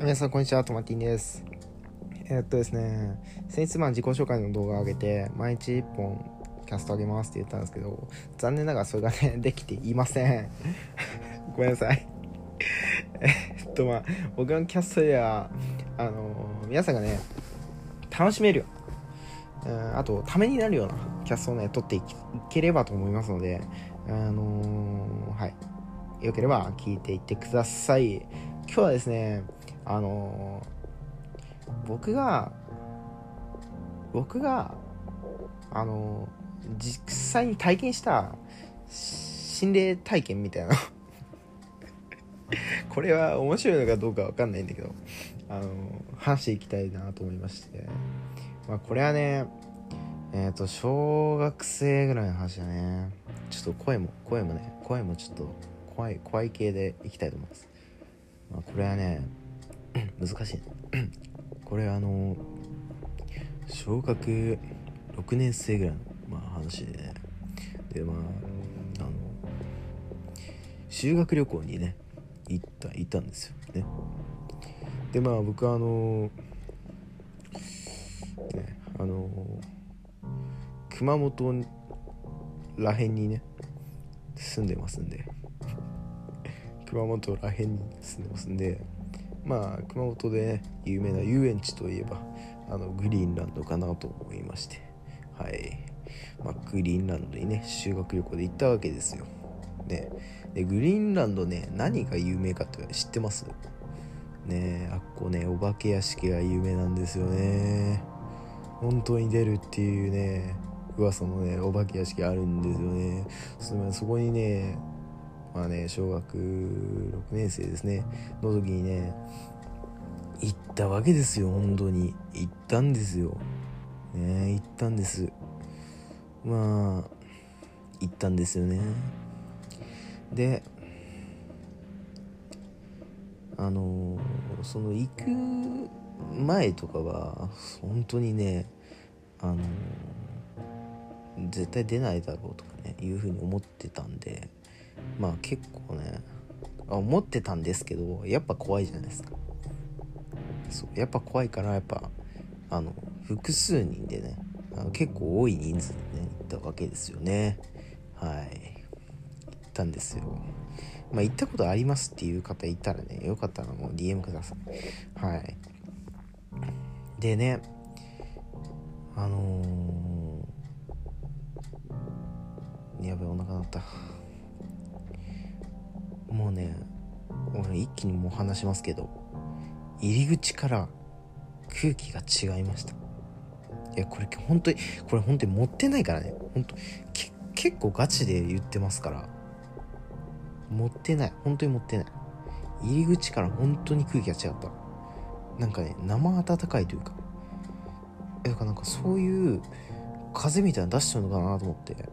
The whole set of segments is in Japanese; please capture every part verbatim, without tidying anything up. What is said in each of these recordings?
皆さんこんにちは、トマティンです。えー、っとですね先日まあ自己紹介の動画を上げて毎日いっぽんキャスト上げますって言ったんですけど、残念ながらそれがねできていませんごめんなさいえっとまあ僕のキャストではあのー、皆さんがね楽しめるような、あとためになるようなキャストをね撮っていければと思いますので、あのー、はいよければ聞いていってください。今日はですねあのー、僕が僕があのー、実際に体験した心霊体験みたいなこれは面白いのかどうかわかんないんだけど、あのー、話していきたいなと思いまして、まあ、これはねえっと小学生ぐらいの話だね。ちょっと声も声もね声もちょっと怖い怖い系でいきたいと思います。まあ、これはね難しいねこれはあの小学ろくねん生ぐらいの、まあ、話でね、でまああの修学旅行にね行った行ったんですよね。でまあ僕はあのねあの熊本らへんにね住んでますんで熊本らへんに住んでますんでまあ熊本で、ね、有名な遊園地といえばあのグリーンランドかなと思いまして、はい、まあ、グリーンランドにね修学旅行で行ったわけですよ。ね、でグリーンランドね何が有名かって知ってますね。あっこねお化け屋敷が有名なんですよね。本当に出るっていうね噂のねお化け屋敷あるんですよね。 そ, そこにねまあね小学ろくねん生ですねの時にね行ったわけですよ。本当に行ったんですよね。行ったんですまあ行ったんですよね。であのー、その行く前とかは本当にねあのー、絶対出ないだろうとかねいう風に思ってたんで、まあ結構ね思ってたんですけどやっぱ怖いじゃないですか。そうやっぱ怖いからやっぱあの複数人でねあの結構多い人数でね行ったわけですよね。はい行ったんですよ。まあ行ったことありますっていう方いたらねよかったらもう ディーエム ください。はいでねあのー、やべお腹鳴った。もうね俺一気にもう話しますけど入り口から空気が違いました。いやこれ本当にこれ本当に持ってないからね本当け結構ガチで言ってますから。持ってない本当に持ってない。入り口から本当に空気が違った。なんかね生暖かいというかだからなんかそういう風みたいなの出してるのかなと思って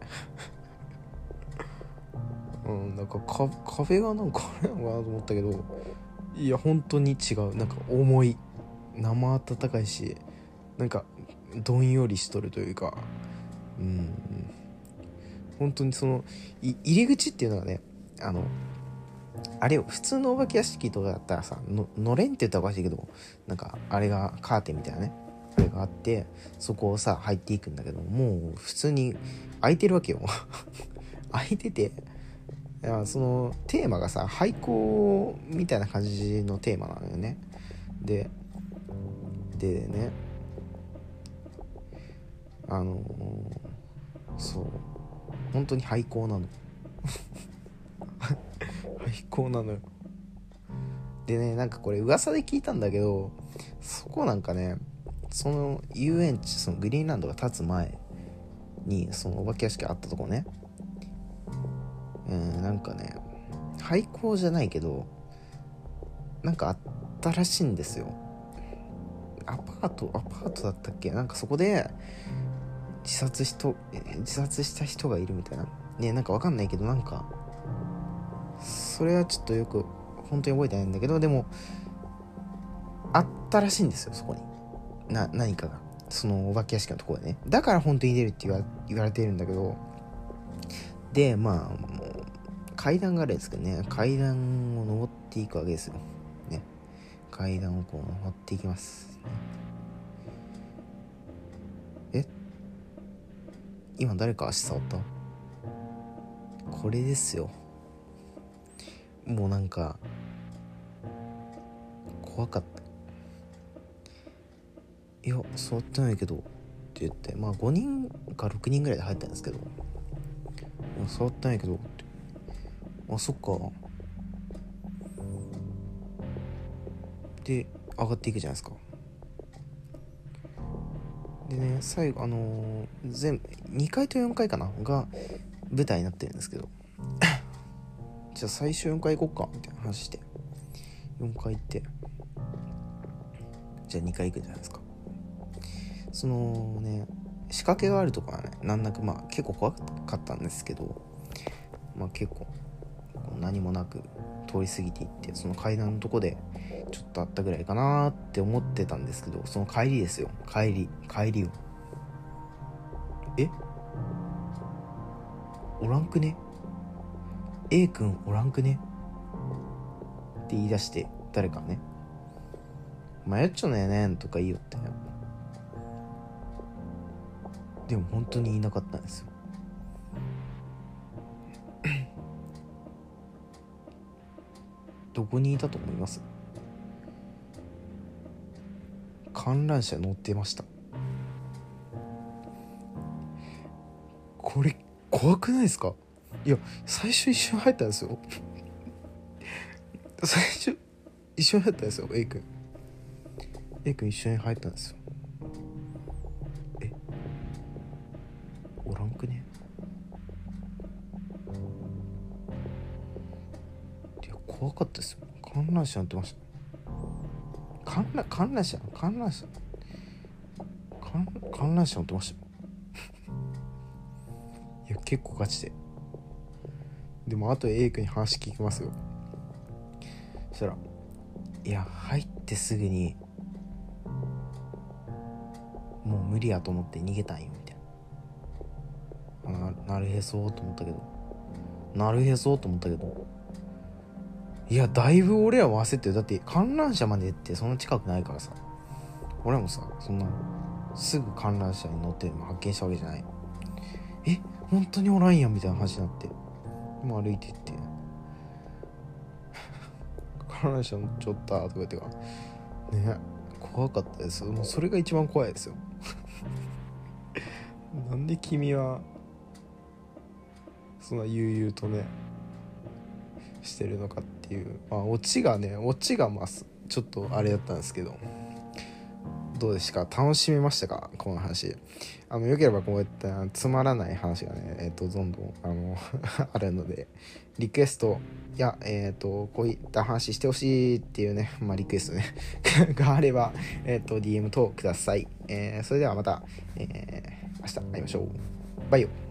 うんなんかか壁がなんかあれなのかなと思ったけどいや本当に違う。なんか重い生暖かいしなんかどんよりしとるというかうん本当にその入り口っていうのがねあのあれよ普通のお化け屋敷とかだったらさののれんって言ったらおかしいけどなんかあれがカーテンみたいなねあれがあってそこをさ入っていくんだけどもう普通に開いてるわけよ開いてていやそのテーマがさ廃校みたいな感じのテーマなのよね。ででねあのー、そう本当に廃校なの廃校なのよ。でねなんかこれ噂で聞いたんだけどそこなんかねその遊園地そのグリーンランドが建つ前にそのお化け屋敷あったとこねうんなんかね廃校じゃないけどなんかあったらしいんですよ。アパートアパートだったっけなんかそこで自殺しと自殺した人がいるみたいなねなんかわかんないけどなんかそれはちょっとよく本当に覚えてないんだけどでもあったらしいんですよそこにな何かがそのお化け屋敷のところでね。だから本当に出るって言わ言われてるんだけどでまあもう階段があるんですけどね階段を登っていくわけですよね。 階段をこう登っていきます。え今誰か足触った？これですよ。もうなんか怖かった。いや触ってないけどって言って、まあごにんかろくにんぐらいで入ったんですけど、触ってないけどって、あそっかで上がっていくじゃないですか。でね、最後あのー、全にかいとよんかいかなが舞台になってるんですけどじゃあ最初よんかい行こっかみたいな話してよんかい行って、じゃあにかい行くじゃないですか。そのね仕掛けがあるとかはね、なんなくまあ結構怖かったんですけど、まあ結構何もなく通り過ぎていって、その階段のとこでちょっとあったぐらいかなって思ってたんですけど、その帰りですよ、帰り帰りをえおらんくね A 君おらんくねって言い出して、誰かね迷っちゃうのやねんとか言いよったよ。でも本当にいなかったんですよどこにいたと思います？観覧車乗ってました。これ怖くないですか？いや最初一瞬入ったんですよ最初一緒に入ったんですよ。 A 君 A 君一緒に入ったんですよ。えおらんくね？いや怖かったですよ。観覧車乗ってました。観覧観覧車観覧車観観覧車乗ってましたいや結構ガチで。でもあと A 君に話聞きますよ。そしたらいや入ってすぐにもう無理やと思って逃げたんよみたいな。あ な, なるへそと思ったけどなるへそと思ったけどいやだいぶ俺らは焦ってる。だって観覧車までってそんな近くないからさ、俺らもさそんなすぐ観覧車に乗ってるの発見したわけじゃない。え本当におらんやんみたいな話になって、もう歩いていって観覧車乗っちゃったとか言ってかね、怖かったです。もうそれが一番怖いですよなんで君はそんな悠々とねしてるのかっていう、まあオチがねオチがまあちょっとあれだったんですけど、どうですか？楽しめましたか？この話。あのよければこうやってつまらない話がね、えっとどんどんあのあるので、リクエストやえっとこういった話してほしいっていうね、まあリクエストねがあればえっと ディーエム 等ください。えー、それではまた、えー、明日会いましょう。バイオ。